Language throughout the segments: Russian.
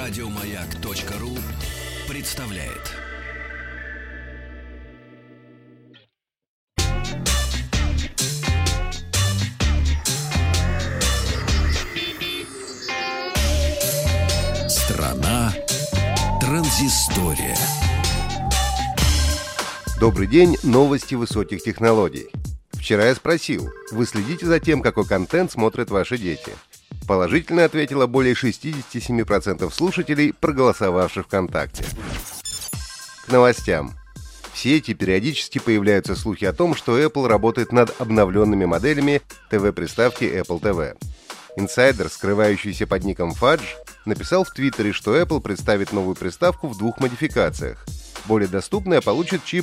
Радиомаяк.ру представляет. Страна транзистория. Добрый день, новости высоких технологий. Вчера я спросил, вы следите за тем, какой контент смотрят ваши дети? Положительно ответило более 67% слушателей, проголосовавших ВКонтакте. К новостям. В сети периодически появляются слухи о том, что Apple работает над обновленными моделями ТВ-приставки Apple TV. Инсайдер, скрывающийся под ником Fudge, написал в Твиттере, что Apple представит новую приставку в двух модификациях. Более доступная получит чип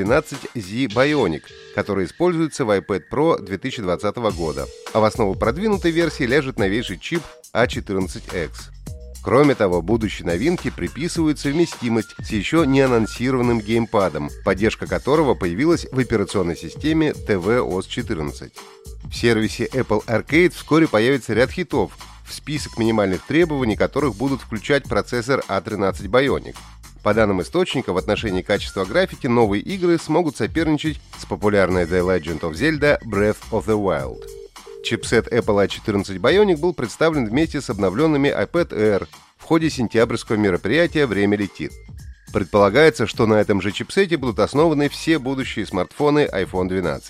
A12Z Bionic, который используется в iPad Pro 2020 года, а в основу продвинутой версии ляжет новейший чип A14X. Кроме того, будущей новинке приписывают совместимость с еще не анонсированным геймпадом, поддержка которого появилась в операционной системе tvOS 14. В сервисе Apple Arcade вскоре появится ряд хитов, в список минимальных требований которых будут включать процессор A13 Bionic. По данным источника, в отношении качества графики новые игры смогут соперничать с популярной The Legend of Zelda Breath of the Wild. Чипсет Apple A14 Bionic был представлен вместе с обновленными iPad Air в ходе сентябрьского мероприятия «Время летит». Предполагается, что на этом же чипсете будут основаны все будущие смартфоны iPhone 12.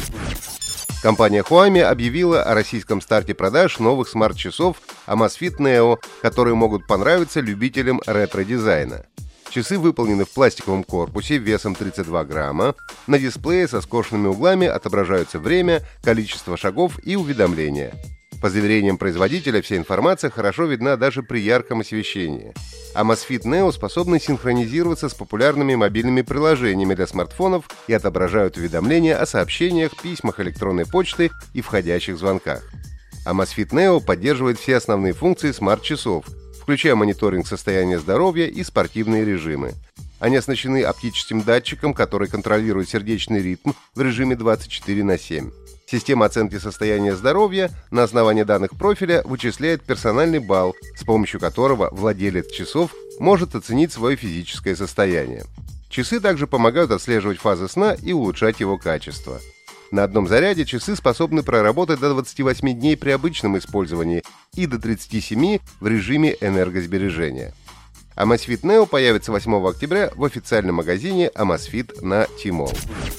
Компания Huami объявила о российском старте продаж новых смарт-часов Amazfit Neo, которые могут понравиться любителям ретро-дизайна. Часы выполнены в пластиковом корпусе весом 32 грамма. На дисплее со скошенными углами отображаются время, количество шагов и уведомления. По заверениям производителя, вся информация хорошо видна даже при ярком освещении. Amazfit Neo способны синхронизироваться с популярными мобильными приложениями для смартфонов и отображают уведомления о сообщениях, письмах электронной почты и входящих звонках. Amazfit Neo поддерживает все основные функции смарт-часов, включая мониторинг состояния здоровья и спортивные режимы. Они оснащены оптическим датчиком, который контролирует сердечный ритм в режиме 24/7. Система оценки состояния здоровья на основании данных профиля вычисляет персональный балл, с помощью которого владелец часов может оценить свое физическое состояние. Часы также помогают отслеживать фазы сна и улучшать его качество. На одном заряде часы способны проработать до 28 дней при обычном использовании и до 37 в режиме энергосбережения. Amazfit Neo появится 8 октября в официальном магазине Amazfit на Tmall.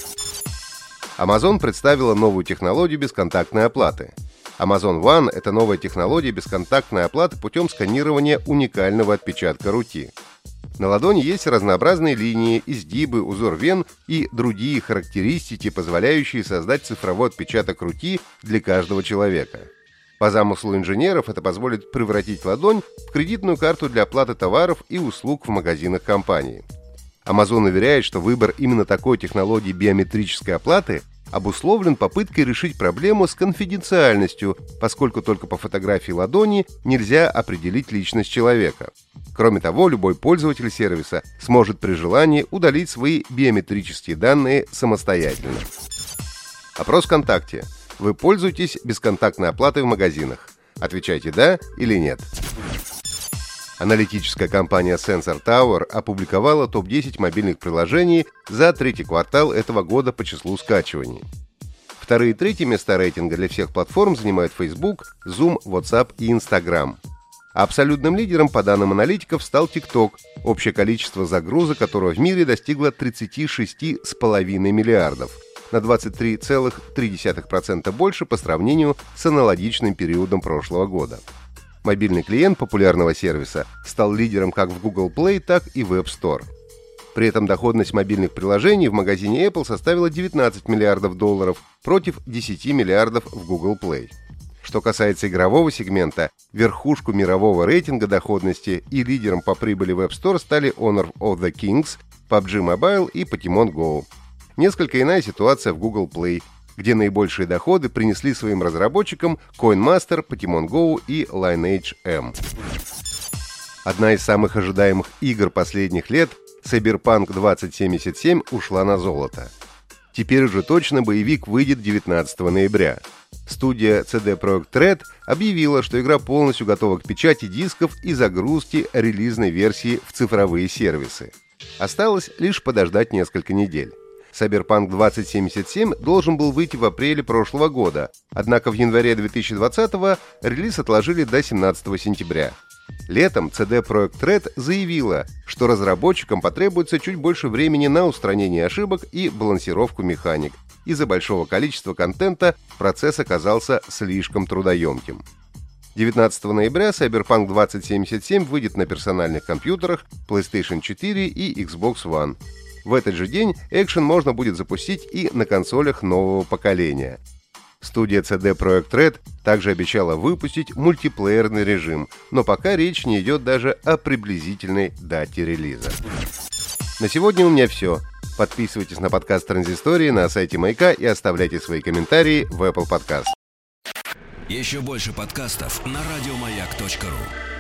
Amazon представила новую технологию бесконтактной оплаты. Amazon One — это новая технология бесконтактной оплаты путем сканирования уникального отпечатка руки. На ладони есть разнообразные линии, изгибы, узор вен и другие характеристики, позволяющие создать цифровой отпечаток руки для каждого человека. По замыслу инженеров это позволит превратить ладонь в кредитную карту для оплаты товаров и услуг в магазинах компании. Amazon уверяет, что выбор именно такой технологии биометрической оплаты обусловлен попыткой решить проблему с конфиденциальностью, поскольку только по фотографии ладони нельзя определить личность человека. Кроме того, любой пользователь сервиса сможет при желании удалить свои биометрические данные самостоятельно. Опрос ВКонтакте. Вы пользуетесь бесконтактной оплатой в магазинах? Отвечайте «да» или «нет». Аналитическая компания Sensor Tower опубликовала топ-10 мобильных приложений за третий квартал этого года по числу скачиваний. Вторые и третьи места рейтинга для всех платформ занимают Facebook, Zoom, WhatsApp и Instagram. А абсолютным лидером, по данным аналитиков, стал TikTok, общее количество загрузок которого в мире достигло 36,5 миллиардов, на 23,3% больше по сравнению с аналогичным периодом прошлого года. Мобильный клиент популярного сервиса стал лидером как в Google Play, так и в App Store. При этом доходность мобильных приложений в магазине Apple составила 19 миллиардов долларов против 10 миллиардов в Google Play. Что касается игрового сегмента, верхушку мирового рейтинга доходности и лидером по прибыли в App Store стали Honor of the Kings, PUBG Mobile и Pokemon Go. Несколько иная ситуация в Google Play, где наибольшие доходы принесли своим разработчикам Coinmaster, Pokemon Go и Lineage M. Одна из самых ожидаемых игр последних лет, Cyberpunk 2077, ушла на золото. Теперь уже точно боевик выйдет 19 ноября. Студия CD Projekt Red объявила, что игра полностью готова к печати дисков и загрузке релизной версии в цифровые сервисы. Осталось лишь подождать несколько недель. Cyberpunk 2077 должен был выйти в апреле прошлого года, однако в январе 2020-го релиз отложили до 17 сентября. Летом CD Projekt Red заявила, что разработчикам потребуется чуть больше времени на устранение ошибок и балансировку механик. Из-за большого количества контента процесс оказался слишком трудоемким. 19 ноября Cyberpunk 2077 выйдет на персональных компьютерах PlayStation 4 и Xbox One. В этот же день экшен можно будет запустить и на консолях нового поколения. Студия CD Projekt Red также обещала выпустить мультиплеерный режим, но пока речь не идет даже о приблизительной дате релиза. На сегодня у меня все. Подписывайтесь на подкаст Транзистории на сайте Маяка и оставляйте свои комментарии в Apple Podcast. Еще больше подкастов на радиомаяк.ру.